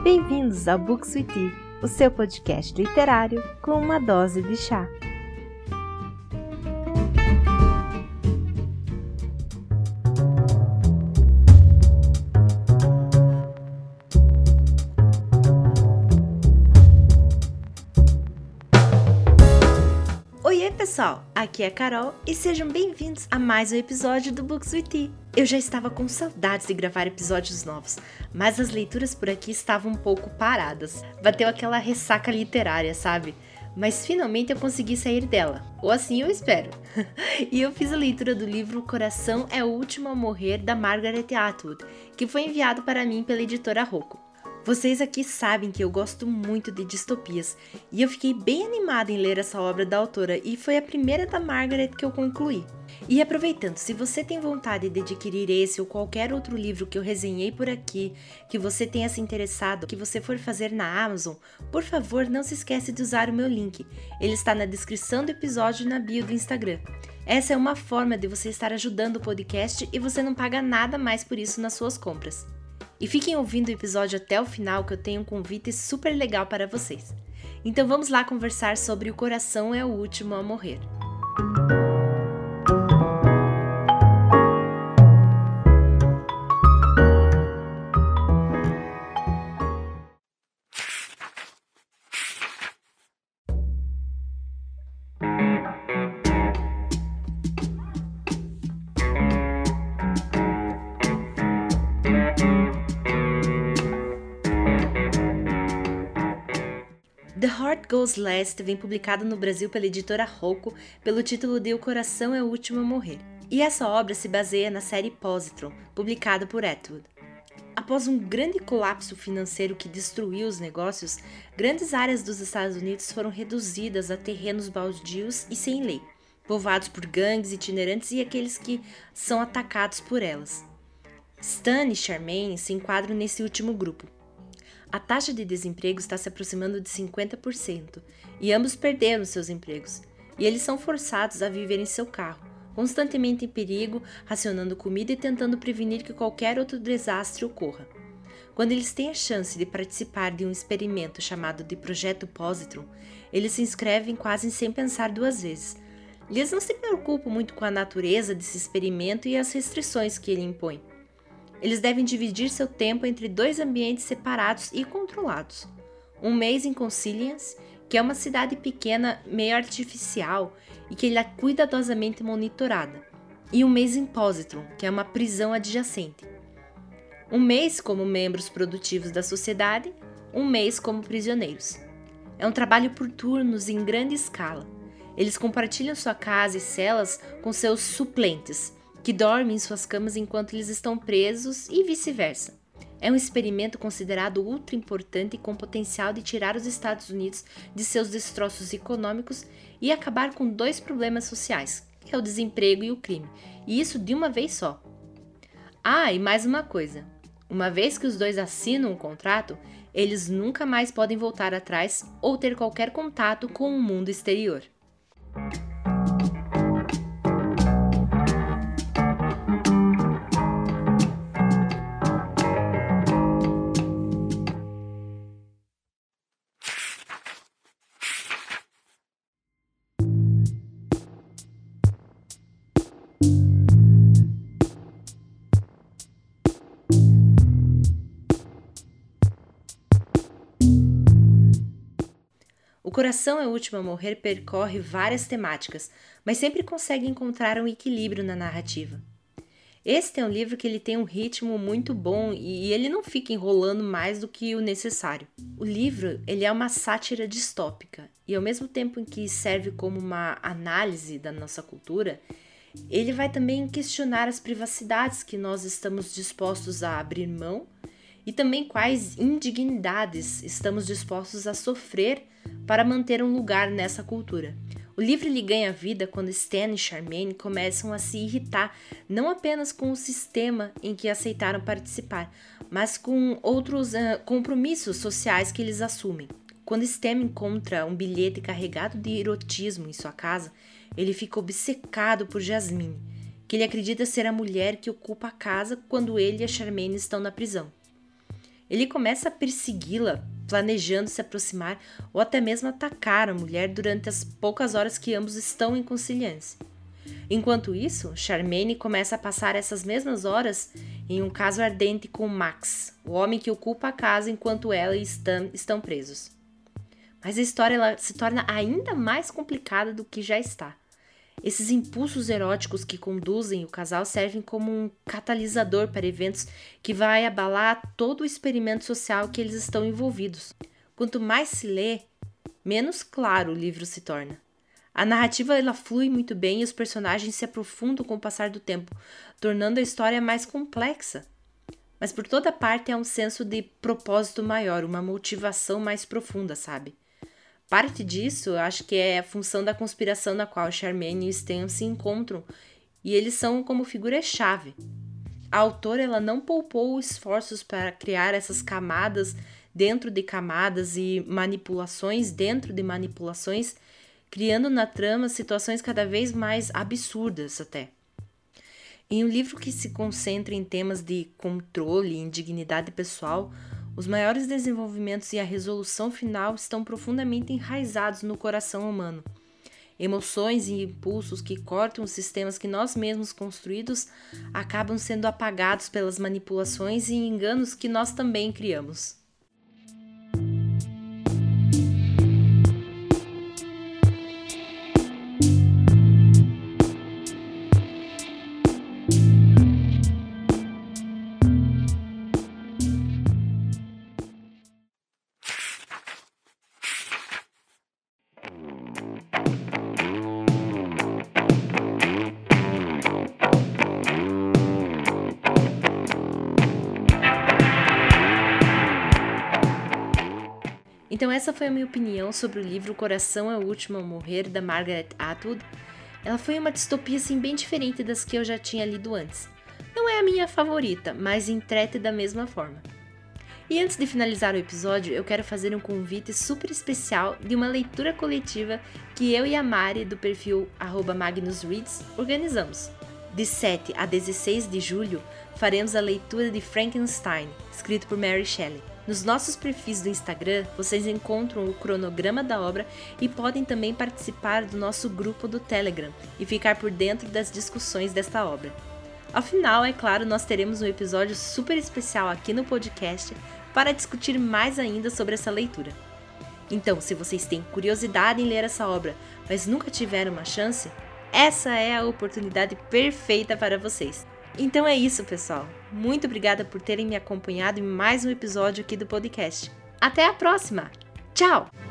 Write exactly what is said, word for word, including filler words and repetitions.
Bem-vindos ao Books with Tea, o seu podcast literário com uma dose de chá. Oi pessoal, aqui é a Carol e sejam bem-vindos a mais um episódio do Books with Tea. Eu já estava com saudades de gravar episódios novos, mas as leituras por aqui estavam um pouco paradas. Bateu aquela ressaca literária, sabe? Mas finalmente eu consegui sair dela, ou assim eu espero. E eu fiz a leitura do livro O Coração é o Último a Morrer, da Margaret Atwood, que foi enviado para mim pela editora Rocco. Vocês aqui sabem que eu gosto muito de distopias, e eu fiquei bem animada em ler essa obra da autora, e foi a primeira da Margaret que eu concluí. E aproveitando, se você tem vontade de adquirir esse ou qualquer outro livro que eu resenhei por aqui, que você tenha se interessado, que você for fazer na Amazon, por favor não se esqueça de usar o meu link, ele está na descrição do episódio e na bio do Instagram. Essa é uma forma de você estar ajudando o podcast e você não paga nada mais por isso nas suas compras. E fiquem ouvindo o episódio até o final, que eu tenho um convite super legal para vocês. Então vamos lá conversar sobre O Coração é o Último a Morrer. The Heart Goes Last vem publicado no Brasil pela editora Rocco pelo título de O Coração é o Último a Morrer. E essa obra se baseia na série Positron, publicada por Atwood. Após um grande colapso financeiro que destruiu os negócios, grandes áreas dos Estados Unidos foram reduzidas a terrenos baldios e sem lei, povoados por gangues itinerantes e aqueles que são atacados por elas. Stan e Charmaine se enquadram nesse último grupo. A taxa de desemprego está se aproximando de cinquenta por cento e ambos perderam seus empregos, e eles são forçados a viver em seu carro, constantemente em perigo, racionando comida e tentando prevenir que qualquer outro desastre ocorra. Quando eles têm a chance de participar de um experimento chamado de Projeto Positron, eles se inscrevem quase sem pensar duas vezes. Eles não se preocupam muito com a natureza desse experimento e as restrições que ele impõe. Eles devem dividir seu tempo entre dois ambientes separados e controlados. Um mês em Consilience, que é uma cidade pequena, meio artificial, e que ele é cuidadosamente monitorada. E um mês em Positron, que é uma prisão adjacente. Um mês como membros produtivos da sociedade, um mês como prisioneiros. É um trabalho por turnos em grande escala. Eles compartilham sua casa e celas com seus suplentes, que dormem em suas camas enquanto eles estão presos e vice-versa. É um experimento considerado ultra importante e com potencial de tirar os Estados Unidos de seus destroços econômicos e acabar com dois problemas sociais, que é o desemprego e o crime, e isso de uma vez só. Ah, e mais uma coisa, uma vez que os dois assinam um contrato, eles nunca mais podem voltar atrás ou ter qualquer contato com o mundo exterior. O Coração é o Último a Morrer percorre várias temáticas, mas sempre consegue encontrar um equilíbrio na narrativa. Este é um livro que ele tem um ritmo muito bom e ele não fica enrolando mais do que o necessário. O livro ele é uma sátira distópica e ao mesmo tempo em que serve como uma análise da nossa cultura, ele vai também questionar as privacidades que nós estamos dispostos a abrir mão e também quais indignidades estamos dispostos a sofrer para manter um lugar nessa cultura. O livro ele ganha vida quando Stan e Charmaine começam a se irritar não apenas com o sistema em que aceitaram participar, mas com outros uh, compromissos sociais que eles assumem. Quando Stan encontra um bilhete carregado de erotismo em sua casa, ele fica obcecado por Jasmine, que ele acredita ser a mulher que ocupa a casa quando ele e a Charmaine estão na prisão. Ele começa a persegui-la, planejando se aproximar ou até mesmo atacar a mulher durante as poucas horas que ambos estão em conciliância. Enquanto isso, Charmaine começa a passar essas mesmas horas em um caso ardente com Max, o homem que ocupa a casa enquanto ela e Stan estão presos. Mas a história ela se torna ainda mais complicada do que já está. Esses impulsos eróticos que conduzem o casal servem como um catalisador para eventos que vai abalar todo o experimento social que eles estão envolvidos. Quanto mais se lê, menos claro o livro se torna. A narrativa ela flui muito bem e os personagens se aprofundam com o passar do tempo, tornando a história mais complexa. Mas por toda parte há um senso de propósito maior, uma motivação mais profunda, sabe? Parte disso, eu acho que é a função da conspiração na qual Charmaine e Stan se encontram, e eles são como figuras-chave. A autora ela não poupou esforços para criar essas camadas dentro de camadas e manipulações dentro de manipulações, criando na trama situações cada vez mais absurdas até. Em um livro que se concentra em temas de controle e indignidade pessoal, os maiores desenvolvimentos e a resolução final estão profundamente enraizados no coração humano. Emoções e impulsos que cortam os sistemas que nós mesmos construídos acabam sendo apagados pelas manipulações e enganos que nós também criamos. Então essa foi a minha opinião sobre o livro O Coração é o Último a Morrer, da Margaret Atwood. Ela foi uma distopia assim, bem diferente das que eu já tinha lido antes. Não é a minha favorita, mas entrete da mesma forma. E antes de finalizar o episódio, eu quero fazer um convite super especial de uma leitura coletiva que eu e a Mari, do perfil arroba magnusreads, organizamos. De sete a dezesseis de julho, faremos a leitura de Frankenstein, escrito por Mary Shelley. Nos nossos perfis do Instagram, vocês encontram o cronograma da obra e podem também participar do nosso grupo do Telegram e ficar por dentro das discussões desta obra. Ao final, é claro, nós teremos um episódio super especial aqui no podcast para discutir mais ainda sobre essa leitura. Então, se vocês têm curiosidade em ler essa obra, mas nunca tiveram uma chance, essa é a oportunidade perfeita para vocês. Então é isso, pessoal. Muito obrigada por terem me acompanhado em mais um episódio aqui do podcast. Até a próxima! Tchau!